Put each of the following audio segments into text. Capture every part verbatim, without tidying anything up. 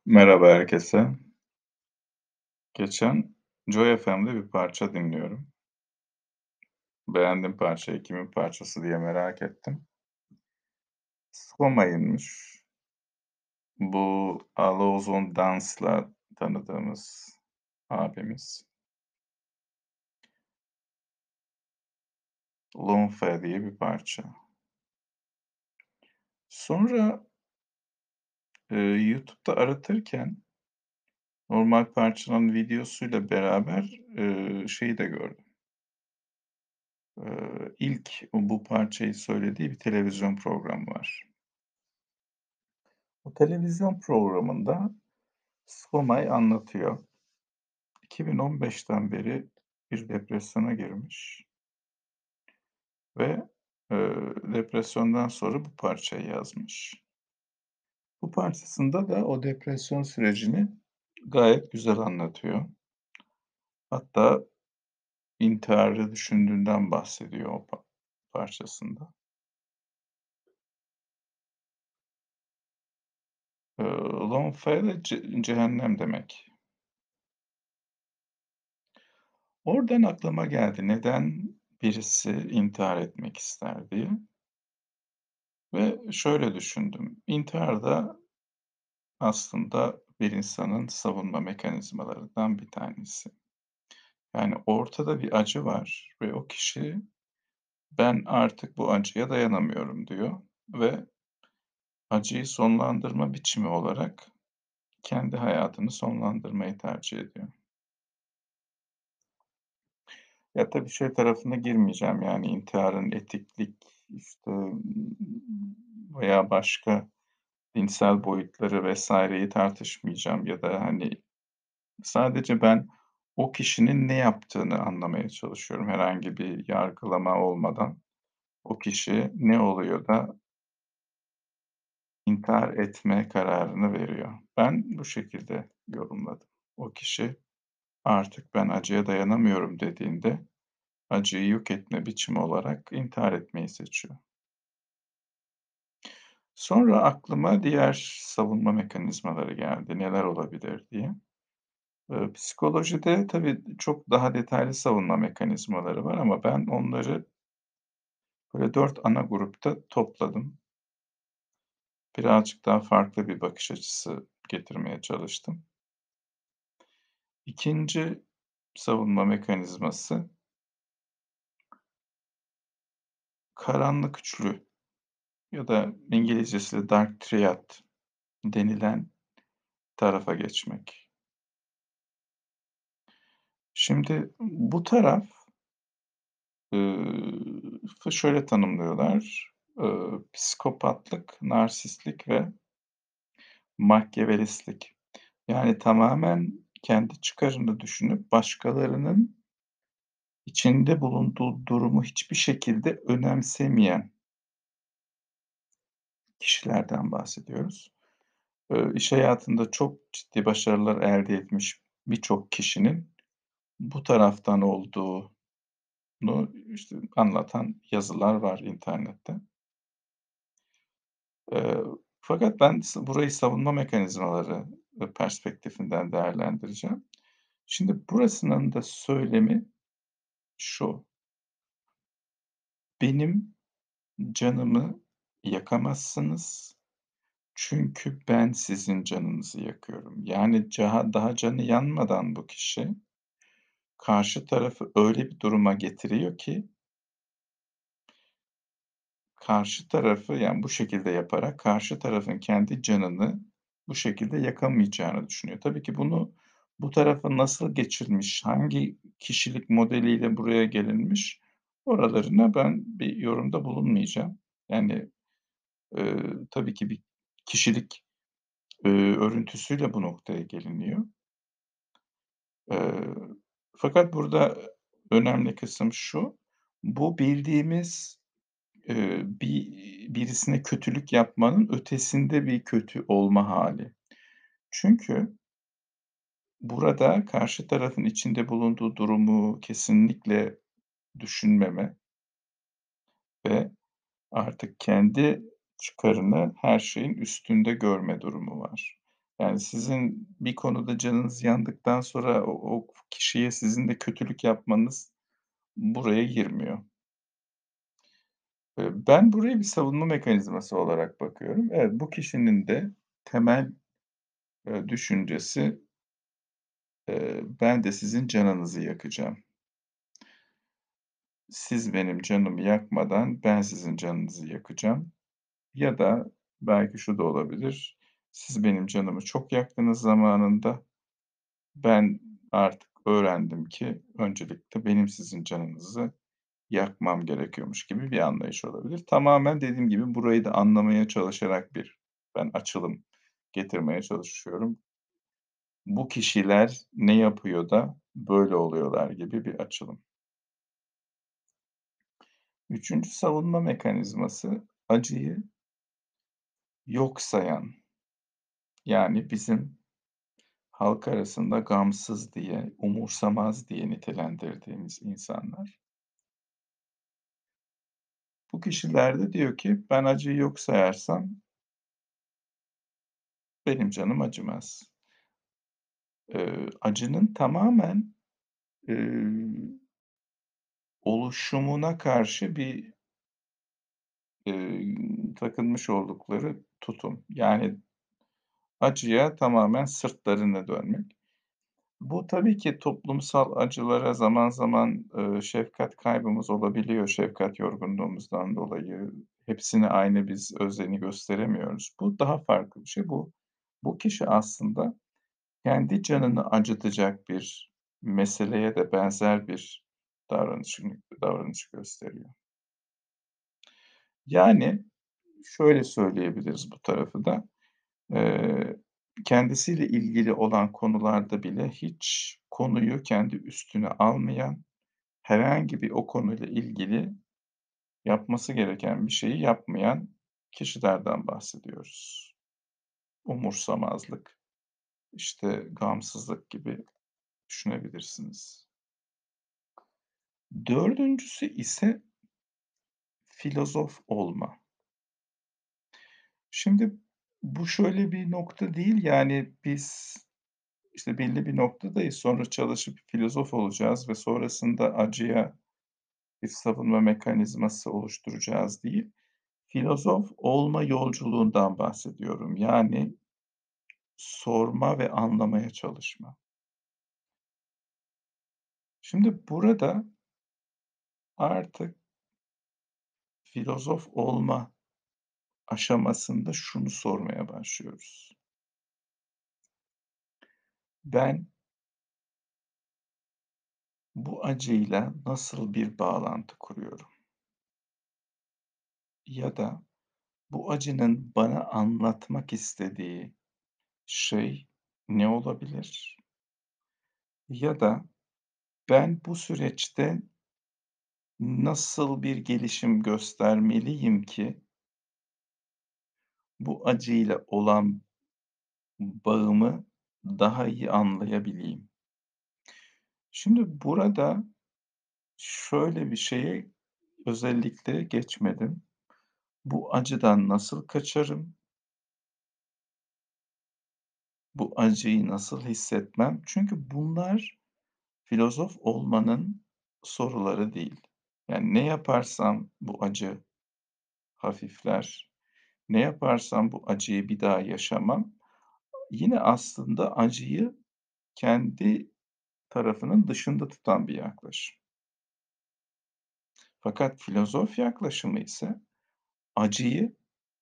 Merhaba herkese. Geçen Joy F M'de bir parça dinliyorum. Beğendim parçayı, kimin parçası diye merak ettim. Stromae'ymiş. Bu Allows on Dance'la tanıdığımız abimiz. Lunfa diye bir parça. Sonra, eee, YouTube'da aratırken normal parçanın videosuyla beraber, eee, şeyi de gördüm. Eee, ilk bu parçayı söylediği bir televizyon programı var. O televizyon programında Stromae anlatıyor. iki bin on beşten beri bir depresyona girmiş ve, eee, depresyondan sonra bu parçayı yazmış. Bu parçasında da o depresyon sürecini gayet güzel anlatıyor. Hatta intiharı düşündüğünden bahsediyor o pa parçasında. Eee, Lonfe de ce cehennem demek. Oradan aklıma geldi neden birisi intihar etmek ister diye ve şöyle düşündüm. İntihar da aslında bir insanın savunma mekanizmalarından bir tanesi. Yani ortada bir acı var ve o kişi, "Ben artık bu acıya dayanamıyorum." diyor ve acıyı sonlandırma biçimi olarak kendi hayatını sonlandırmayı tercih ediyor. Ya, tabii şey tarafına girmeyeceğim, yani intiharın etiklik, işte, ımm, veya başka dinsel boyutları vesaireyi tartışmayacağım ya da, hani, sadece ben o kişinin ne yaptığını anlamaya çalışıyorum herhangi bir yargılama olmadan. O kişi ne oluyor da intihar etme kararını veriyor? Ben bu şekilde yorumladım. O kişi artık ben acıya dayanamıyorum dediğinde acıyı yok etme biçimi olarak intihar etmeyi seçiyor. Sonra aklıma diğer savunma mekanizmaları geldi, neler olabilir diye. Eee, psikolojide tabii çok daha detaylı savunma mekanizmaları var ama ben onları böyle dört ana grupta topladım. Birazcık daha farklı bir bakış açısı getirmeye çalıştım. ikinci savunma mekanizması karanlık üçlü ya da İngilizcesiyle dark triad denilen tarafa geçmek. Şimdi bu taraf, ııı, şöyle tanımlıyorlar: Iıı, psikopatlık, narsistlik ve makyavelistlik. Yani tamamen kendi çıkarını düşünüp başkalarının içinde bulunduğu durumu hiçbir şekilde önemsemeyen kişilerden bahsediyoruz. Eee, iş hayatında çok ciddi başarılar elde etmiş birçok kişinin bu taraftan olduğunu, işte, anlatan yazılar var internette. Eee, fakat ben s burayı savunma mekanizmaları, ııı, perspektifinden değerlendireceğim. Şimdi burasının da söylemi şu: Benim canımı yakamazsınız çünkü ben sizin canınızı yakıyorum. Yani caha daha canı yanmadan bu kişi karşı tarafı öyle bir duruma getiriyor ki karşı tarafı, yani, bu şekilde yaparak karşı tarafın kendi canını bu şekilde yakamayacağını düşünüyor. Tabii ki bunu bu tarafa nasıl geçilmiş, hangi kişilik modeliyle buraya gelinmiş, oralarına ben bir yorumda bulunmayacağım. Yani, eee, tabii ki bir kişilik, eee, örüntüsüyle bu noktaya geliniyor. Eee, fakat burada önemli kısım şu: Bu bildiğimiz, eee, bir birisine kötülük yapmanın ötesinde bir kötü olma hâli. Çünkü burada karşı tarafın içinde bulunduğu durumu kesinlikle düşünmeme ve artık kendi çıkarını her şeyin üstünde görme durumu var. Yani, sizin bir konuda canınız yandıktan sonra o o kişiye sizin de kötülük yapmanız buraya girmiyor. Eee, ben burayı bir savunma mekanizması olarak bakıyorum. Evet, bu kişinin de temel, eee, düşüncesi, eee, ben de sizin canınızı yakacağım. Siz benim canımı yakmadan ben sizin canınızı yakacağım ya da belki şu da olabilir, siz benim canımı çok yaktınız zamanında, ben artık öğrendim ki öncelikle benim sizin canınızı yakmam gerekiyormuş gibi bir anlayış olabilir. Tamamen dediğim gibi burayı da anlamaya çalışarak bir ben açılım getirmeye çalışıyorum. Bu kişiler ne yapıyor da böyle oluyorlar gibi bir açılım. Üçüncü savunma mekanizması acıyı yok sayan, yani bizim halk arasında gamsız diye, umursamaz diye nitelendirdiğimiz insanlar. Bu kişiler de diyor ki ben acıyı yok sayarsam benim canım acımaz. Eee, acının tamamen, eee, oluşumuna karşı bir, eee, takınmış oldukları tutum. Yani acıya tamamen sırtlarını dönmek. Bu tabii ki toplumsal acılara zaman zaman, eee, şefkat kaybımız olabiliyor, şefkat yorgunluğumuzdan dolayı. Hepsine aynı biz özeni gösteremiyoruz. Bu daha farklı bir şey. Bu bu kişi aslında kendi canını acıtacak bir meseleye de benzer bir davranış davranış gösteriyor. Yani şöyle söyleyebiliriz bu tarafı da, eee, kendisiyle ilgili olan konularda bile hiç konuyu kendi üstüne almayan, herhangi bir o konuyla ilgili yapması gereken bir şeyi yapmayan kişilerden bahsediyoruz. Umursamazlık, işte, gamsızlık gibi düşünebilirsiniz. Dördüncüsü ise filozof olma. Şimdi bu şöyle bir nokta değil, yani, biz, işte, belli bir noktadayız, sonra çalışıp filozof olacağız ve sonrasında acıya bir savunma mekanizması oluşturacağız değil. Filozof olma yolculuğundan bahsediyorum. Yani sorma ve anlamaya çalışma. Şimdi burada artık filozof olma aşamasında şunu sormaya başlıyoruz. Ben bu acıyla nasıl bir bağlantı kuruyorum? Ya da bu acının bana anlatmak istediği şey ne olabilir? Ya da ben bu süreçte nasıl bir gelişim göstermeliyim ki bu acıyla olan bağımı daha iyi anlayabileyim? Şimdi burada şöyle bir şeye özellikle geçmedim. Bu acıdan nasıl kaçarım? Bu acıyı nasıl hissetmem? Çünkü bunlar filozof olmanın soruları değil. Yani ne yaparsam bu acı hafifler, ne yaparsam bu acıyı bir daha yaşamam. Yine aslında acıyı kendi tarafının dışında tutan bir yaklaşım. Fakat filozof yaklaşımı ise acıyı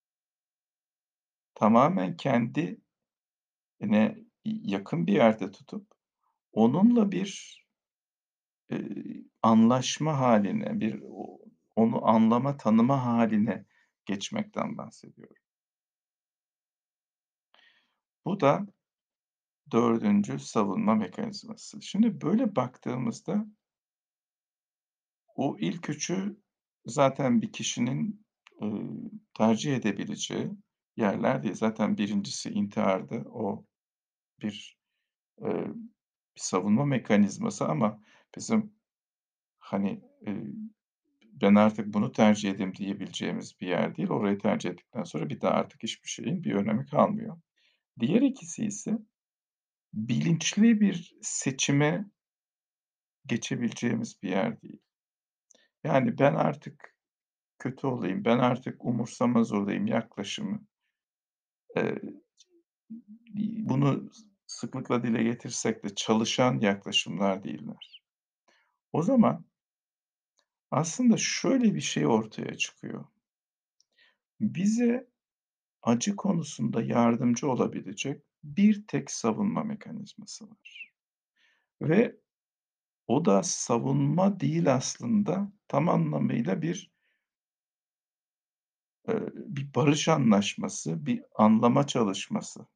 tamamen kendine yakın bir yerde tutup onunla bir, eee, anlaşma hâline, bir o onu anlama, tanıma hâline geçmekten bahsediyorum. Bu da dördüncü savunma mekanizması. Şimdi böyle baktığımızda o ilk üçü zaten bir kişinin, ııı, tercih edebileceği yerler değil. Zaten birincisi intihardı. O bir, eee, bir savunma mekanizması ama bizim, hani, eee, ben artık bunu tercih edeyim diyebileceğimiz bir yer değil. Orayı tercih ettikten sonra bir daha artık hiçbir şeyin bir önemi kalmıyor. Diğer ikisi ise bilinçli bir seçime geçebileceğimiz bir yer değil. Yani, ben artık kötü olayım, ben artık umursamaz olayım yaklaşımı, eee, bunu sıklıkla dile getirsek de çalışan yaklaşımlar değiller. O zaman aslında şöyle bir şey ortaya çıkıyor. Bize acı konusunda yardımcı olabilecek bir tek savunma mekanizması var ve o da savunma değil aslında, tam anlamıyla bir, eee, bir barış anlaşması, bir anlama çalışması.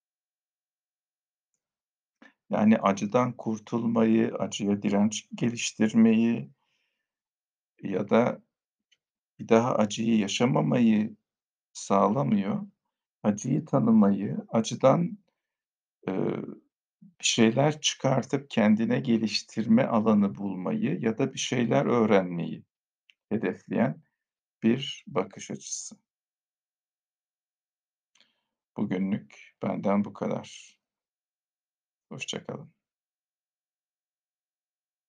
Yani acıdan kurtulmayı, acıya direnç geliştirmeyi ya da bir daha acıyı yaşamamayı sağlamıyor. Acıyı tanımayı, acıdan, eee, bir şeyler çıkartıp kendine geliştirme alanı bulmayı ya da bir şeyler öğrenmeyi hedefleyen bir bakış açısı. Bugünlük benden bu kadar. Hoşça kalın.